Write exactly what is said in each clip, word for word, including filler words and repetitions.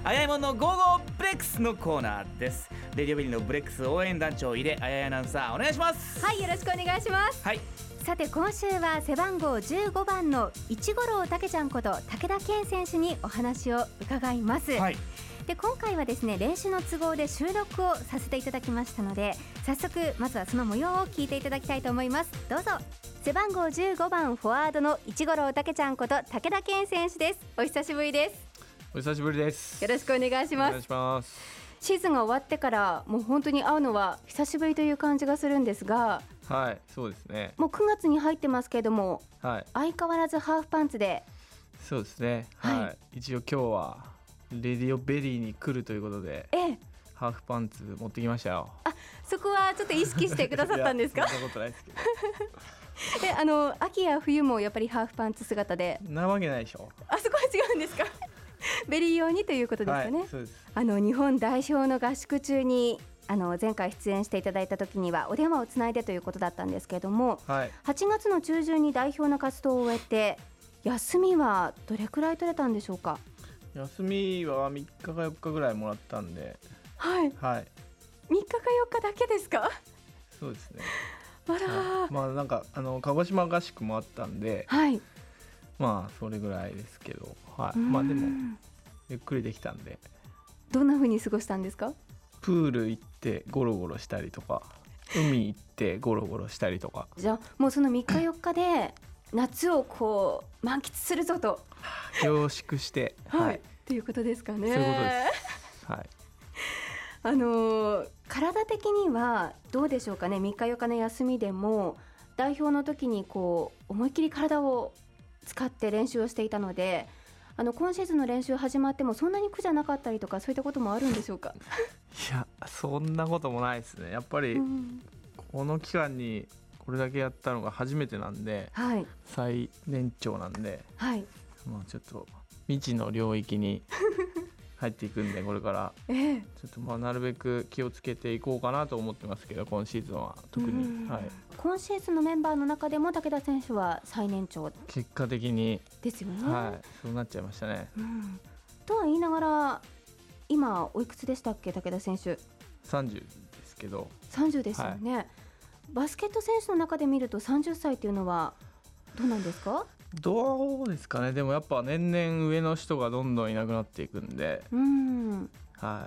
あやいもんのゴーゴーブレックスのコーナーです。レディオベリーのブレックス応援団長井出あやいアナウンサーお願いします。 はい、よろしくお願いします。 はい、 さて今週は背番号じゅうごばんの一五郎たけちゃんこと武田健選手にお話を伺います。 はい、 で今回はですね練習の都合で収録をさせていただきましたので、早速まずはその模様を聞いていただきたいと思います。どうぞ。背番号じゅうごばんフォワードの一五郎たけちゃんこと武田健選手です。お久しぶりです。 お久しぶりです。 よろしくお願いします。 お願いします。 シーズンが終わってからもう本当に会うのは久しぶりという感じがするんですが、 はい、そうですね。 もうくがつに入ってますけれども、 はい、 相変わらずハーフパンツで。 そうですね、はいはい、 一応今日はレディオベリーに来るということで、 ええ、 ハーフパンツ持ってきましたよ。 あ、そこはちょっと意識してくださったんですか？ そんなことないですけどえあの秋や冬もやっぱりハーフパンツ姿で。 なわけないでしょ。 あそこは違うんですか？ベリー用にということですかね。 はい、そうです。 あの日本代表の合宿中にあの前回出演していただいた時にはお電話をつないでということだったんですけれども、 はい、 はちがつの中旬に代表の活動を終えて休みはどれくらい取れたんでしょうか？ 休みはみっかかよっかぐらいもらったんで、 はい、 はい、 みっかかよっかだけですか？ そうですね。 あら、 はい、まあなんかあの鹿児島合宿もあったんで、 はい、 まあそれぐらいですけど、はい、まあでもゆっくりできたんで。 どんな風に過ごしたんですか？ プール行ってゴロゴロしたりとか、海行ってゴロゴロしたりとか。 じゃあもうそのみっかよっかで夏をこう満喫するぞと凝縮して、 はい、 はい、 ということですかね。 そういうことです。はい。 あのー、体的にはどうでしょうかね。みっかよっかの休みでも代表の時にこう思いっきり体を使って練習をしていたので、あの今シーズンの練習始まってもそんなに苦じゃなかったりとか、そういったこともあるんでしょうか？ いや、そんなこともないですね。やっぱりこの期間にこれだけやったのが初めてなんで、 はい、 最年長なんで、 はい、 まあちょっと未知の領域に入っていくんで、これからええ、 ちょっとまあなるべく気をつけていこうかなと思ってますけど、今シーズンは特に、はい、 今シーズンのメンバーの中でも武田選手は最年長結果的にですよね。 はい、そうなっちゃいましたね。 うん、とは言いながら今おいくつでしたっけ？武田選手さんじゅうですけど。 さんじゅうですよね、はい、バスケット選手の中で見るとさんじゅっさいというのはどうなんですか？ どうですかね。でもやっぱ年々上の人がどんどんいなくなっていくんで、 うん、 はい、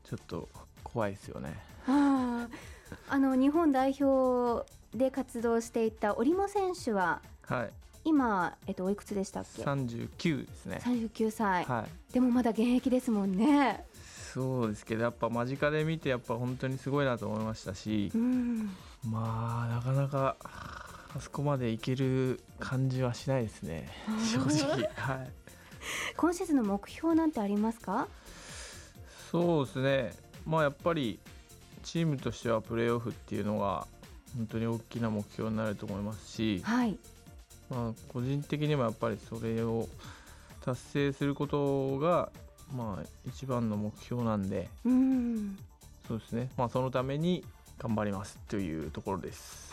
ちょっと怖いですよね。 ああの日本代表で活動していた織茂選手は、 はい、 今、えっと、おいくつでしたっけ？ さんじゅうきゅうですね。 さんじゅうきゅうさい、 はい、 でもまだ現役ですもんね。 そうですけど、やっぱ間近で見てやっぱ本当にすごいなと思いましたし、 うん、 まあなかなかあそこまでいける感じはしないですね、正直。はい、 今シーズンの目標なんてありますか？ そうですね、まあやっぱりチームとしてはプレーオフっていうのが本当に大きな目標になると思いますし、 はい、 まあ、個人的にはやっぱりそれを達成することがまあ一番の目標なんで、 うん、 そうですね、まあ、そのために頑張りますというところです。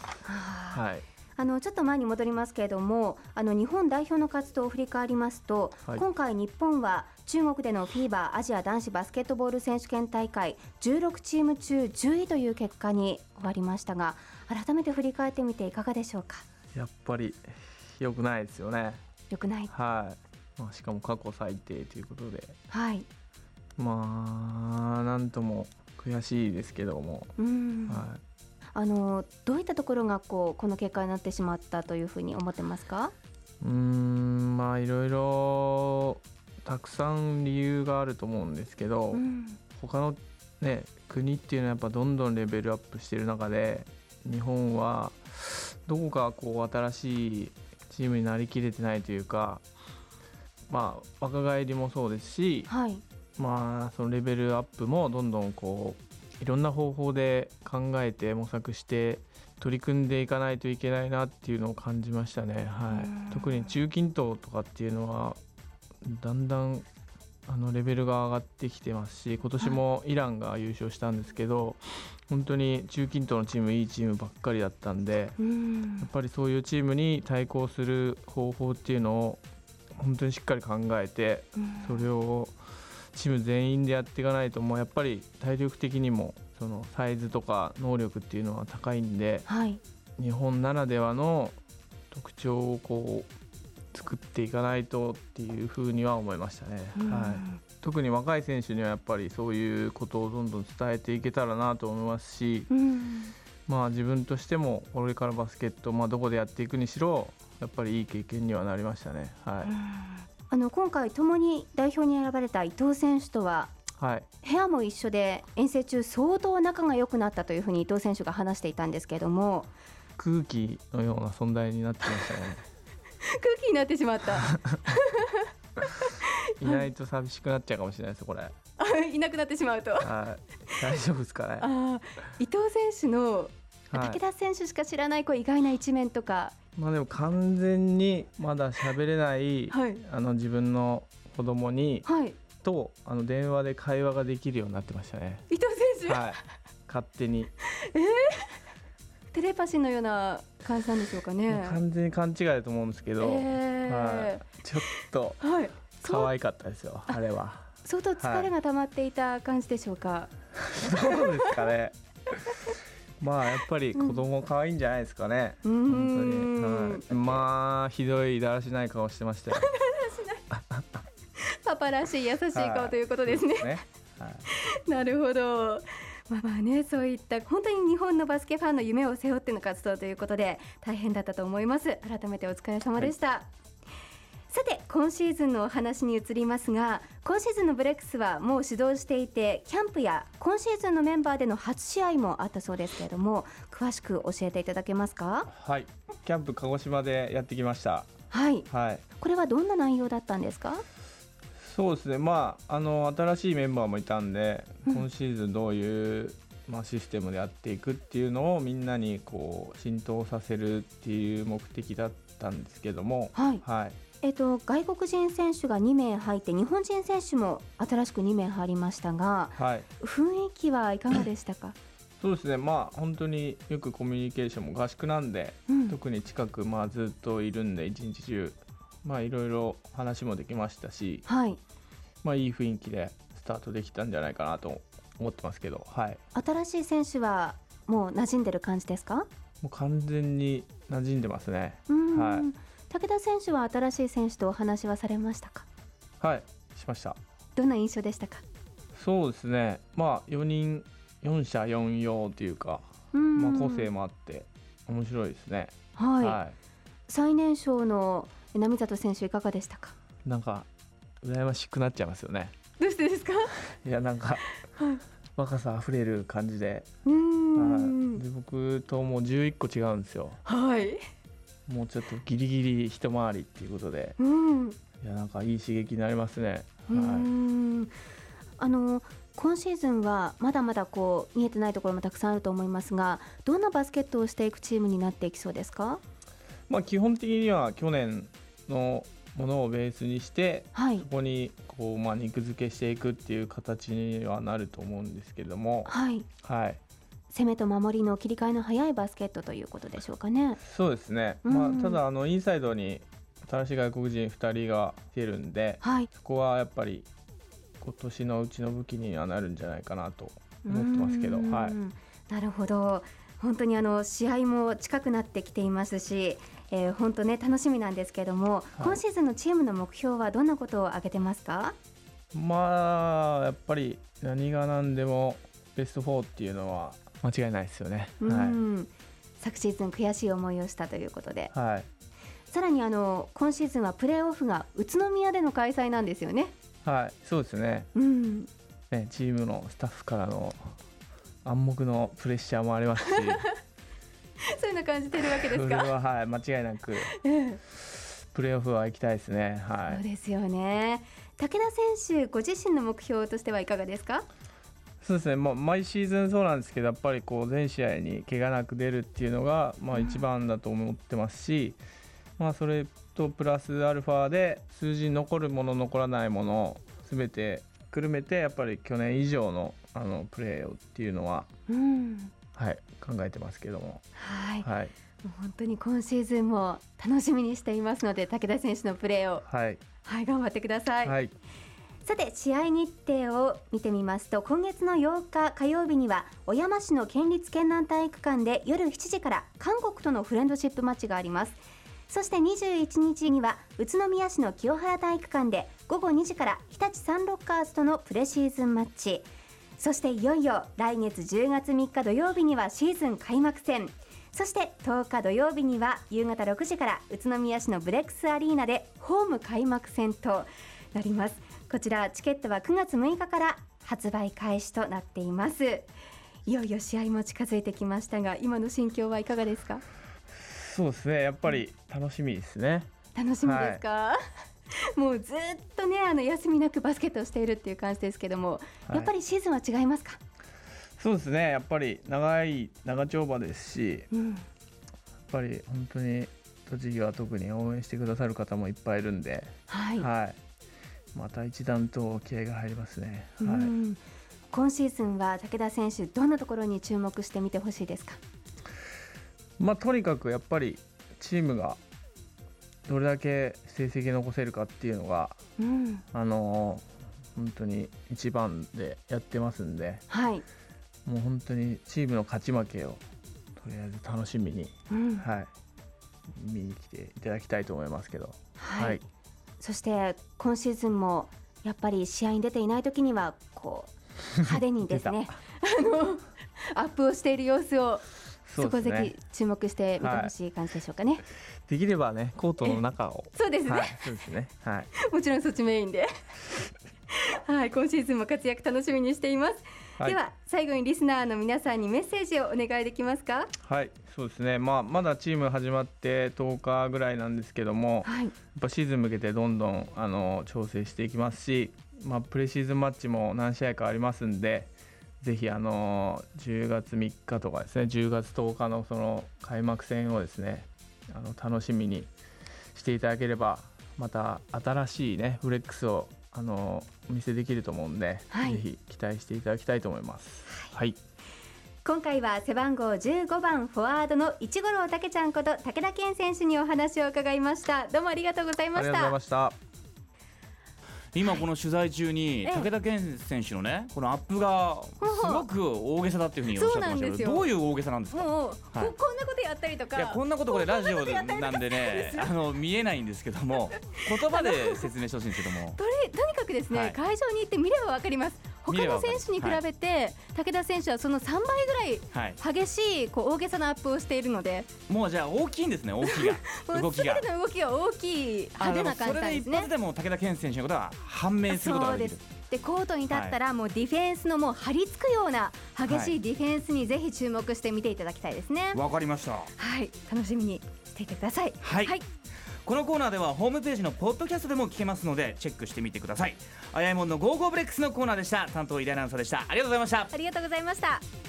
はい、 あのちょっと前に戻りますけれども、あの日本代表の活動を振り返りますと、はい、今回日本は中国でのフィーバーアジア男子バスケットボール選手権大会じゅうろくチーム中じゅういという結果に終わりましたが、改めて振り返ってみていかがでしょうか？ やっぱり良くないですよね。 良くない、 はい、まあ、しかも過去最低ということで、 はい、 まあなんとも悔しいですけども、 うん、 はい、 あのどういったところがこうこの結果になってしまったというふうに思ってますか？ うーん、まあいろいろたくさん理由があると思うんですけど、 うん、 他の、ね、国っていうのはやっぱどんどんレベルアップしている中で、日本はどこかこう新しいチームになりきれてないというか、まあ若返りもそうですし、 はい、 まあそのレベルアップもどんどんこういろんな方法で考えて模索して取り組んでいかないといけないなっていうのを感じましたね。はい、特に中近東とかっていうのはだんだんあのレベルが上がってきてますし、今年もイランが優勝したんですけど、本当に中近東のチームいいチームばっかりだったんで、やっぱりそういうチームに対抗する方法っていうのを本当にしっかり考えて、それをチーム全員でやっていかないともうやっぱり体力的にもそのサイズとか能力っていうのは高いんで、 はい、 日本ならではの特徴をこう作っていかないとっていうふうには思いましたね、はい、特に若い選手にはやっぱりそういうことをどんどん伝えていけたらなと思いますし、 うん、 まあ自分としてもこれからバスケット、まあ、どこでやっていくにしろやっぱりいい経験にはなりましたね、はい、 あの今回共に代表に選ばれた伊藤選手とは、 はい、 部屋も一緒で遠征中相当仲が良くなったというふうに伊藤選手が話していたんですけれども、 空気のような存在になってましたね空気になってしまったいないと寂しくなっちゃうかもしれないですこれいなくなってしまうと、 はい、大丈夫ですかね。 あ、伊藤選手の武田選手しか知らないこう意外な一面とか、 まあ、でも完全にまだ喋れない、 はい、あの自分の子供に、 はい、 とあの電話で会話ができるようになってましたね、 伊藤選手、 はい、勝手にえー、テレパシーのような感じなんでしょうかね。 完全に勘違いだと思うんですけど、 えーはい、ちょっと可愛かったですよ、はい、あれは相当疲れが溜まっていた感じでしょうか、はい、 そうですかねまあやっぱり子供可愛いんじゃないですかね、 うん、 本当に、はい、まあひどいだらしない顔してましたよパパらしい優しい顔ということですね、はいね、はい、 なるほど。まあまあね、そういった本当に日本のバスケファンの夢を背負っての活動ということで大変だったと思います。改めてお疲れ様でした、はい、さて今シーズンのお話に移りますが、今シーズンのブレックスはもう指導していてキャンプや今シーズンのメンバーでの初試合もあったそうですけれども、詳しく教えていただけますか？ はい、キャンプ鹿児島でやってきました。 はい、 はい、 これはどんな内容だったんですか？ そうですね、まあ、あの新しいメンバーもいたんで、 うん、 今シーズンどういう、まあ、システムでやっていくっていうのをみんなにこう浸透させるっていう目的だったんですけども、 はいはい、 えっと、外国人選手がにめい入って日本人選手も新しくにめい入りましたが、 はい、 雰囲気はいかがでしたか？ そうですね、まあ本当によくコミュニケーションも合宿なんで、うん、特に近く、まあ、ずっといるんで一日中、まあ、いろいろ話もできましたし、 はい、 まあ、いい雰囲気でスタートできたんじゃないかなと思ってますけど、はい、 新しい選手はもう馴染んでる感じですか？ もう完全に馴染んでますね。 うん、 はい、 武田選手は新しい選手とお話はされましたか？ はい、しました。 どんな印象でしたか？ そうですね、まあ、よにんよん者よん様というか、まあ、個性もあって面白いですね。 はい、はい、最年少の並里選手いかがでしたか？ なんか羨ましくなっちゃいますよね。 どうしてですか？ いやなんか、はい、若さあふれる感じで、 うーん、 で僕ともうじゅういっこ違うんですよ。 はい、 もうちょっとギリギリ一回りっていうことで、 うん、 いやなんかいい刺激になりますね。 うーん、はい、あの今シーズンはまだまだこう見えてないところもたくさんあると思いますが、どんなバスケットをしていくチームになっていきそうですか？ まあ、基本的には去年のものをベースにして、はい、そこにこう、まあ、肉付けしていくっていう形にはなると思うんですけれども、 はいはい、攻めと守りの切り替えの早いバスケットということでしょうかね。 そうですね、まあ、ただあのインサイドに新しい外国人ふたりが来てるんで、はい、そこはやっぱり今年のうちの武器にはなるんじゃないかなと思ってますけど、はい、 なるほど。本当にあの試合も近くなってきていますし、えー、本当ね楽しみなんですけれども、はい、今シーズンのチームの目標はどんなことを挙げてますか？ まあやっぱり何が何でもベストフォーっていうのは間違いないですよね。 うん、はい、昨シーズン悔しい思いをしたということで、 はい、 さらにあの今シーズンはプレーオフが宇都宮での開催なんですよね。 はい、そうですね、 うんね、チームのスタッフからの暗黙のプレッシャーもありますしそういうの感じてるわけですか？ それは、はい、間違いなくプレーオフは行きたいですね。はい、 そうですよね。武田選手ご自身の目標としてはいかがですか？ そうですね、まあ、毎シーズンそうなんですけど、やっぱりこう全試合に怪我なく出るっていうのがまあ一番だと思ってますし、うん、まあ、それとプラスアルファで数字に残るもの残らないもの全てくるめてやっぱり去年以上のあのプレーをっていうのは、うん、はい、考えてますけども、 はい、 はい、 もう本当に今シーズンも楽しみにしていますので、武田選手のプレーを、 はいはい、頑張ってください。 はい、 さて試合日程を見てみますと、今月のようか火曜日には小山市の県立県南体育館で夜しちじから韓国とのフレンドシップマッチがあります。そしてにじゅういちにちには宇都宮市の清原体育館でごごにじから日立サンロッカーズとのプレシーズンマッチ。そしていよいよ来月じゅうがつみっか土曜日にはシーズン開幕戦。そしてとおか土曜日には夕方ろくじから宇都宮市のブレックスアリーナでホーム開幕戦となります。こちらチケットはくがつむいかから発売開始となっています。いよいよ試合も近づいてきましたが、今の心境はいかがですか？ そうですね、やっぱり楽しみですね。 楽しみですか？はい、もうずっとね、あの休みなくバスケットをしているっていう感じですけども、はい、やっぱりシーズンは違いますか？ そうですね、やっぱり長い長丁場ですし、うん、やっぱり本当に栃木は特に応援してくださる方もいっぱいいるんで、はいはい、また一段と気合が入りますね。はい、うん、 今シーズンは武田選手どんなところに注目してみてほしいですか？ まあ、とにかくやっぱりチームがどれだけ成績残せるかっていうのが、うん、あのー、本当に一番でやってますんで、はい、もう本当にチームの勝ち負けをとりあえず楽しみに、うん、はい、見に来ていただきたいと思いますけど、 はいはい、そして今シーズンもやっぱり試合に出ていない時にはこう派手にですねあのアップをしている様子をそこぜひ注目してみてほしい感じでしょうかね。はい、 できればね、コートの中をそうですね、 はい、そうですね、はい、 もちろんそっちメインではい、今シーズンも活躍楽しみにしています。はい、では最後にリスナーの皆さんにメッセージをお願いできますか？ はい、そうですね、まあ、まだチーム始まってとおかぐらいなんですけども、はい、やっぱシーズン向けてどんどんあの調整していきますし、まあ、プレシーズンマッチも何試合かありますんで、ぜひあのじゅうがつみっかとかですね、じゅうがつとおかのその開幕戦をですね、あの楽しみにしていただければ、また新しいねフレックスをあのお見せできると思うんで、はい、ぜひ期待していただきたいと思います。はい、 今回は背番号じゅうごばんフォワードの市五郎たけちゃんこと武田健選手にお話を伺いました。どうもありがとうございました。 ありがとうございました。 今この取材中に武田健選手のね、このアップがすごく大げさだっていうふうにおっしゃってましたけど、どういう大げさなんですか？ もう、はい、こんなことやったりとか、 いやこんなことこれラジオなんでね、あの見えないんですけども、言葉で説明してほしいんですけども、 とにとにかくですね、はい、会場に行って見ればわかります。他の選手に比べて、はい、武田選手はそのさんばいぐらい激しいこう大げさなアップをしているので、 もうじゃあ大きいんですね、動きが動きが全ての動きが大きい派手な感じなんですね。 それで一発でも武田健選手のことは判明することができる。 でコートに立ったらもうディフェンスのもう張り付くような激しいディフェンスにぜひ注目して見ていただきたいですね。 わかりました。 はい、楽しみにしていてください。 はい、はい、このコーナーではホームページのポッドキャストでも聞けますのでチェックしてみてください。あやいもんのゴーゴーブレックスのコーナーでした。担当井出アナウンサーでした。ありがとうございました。 ありがとうございました。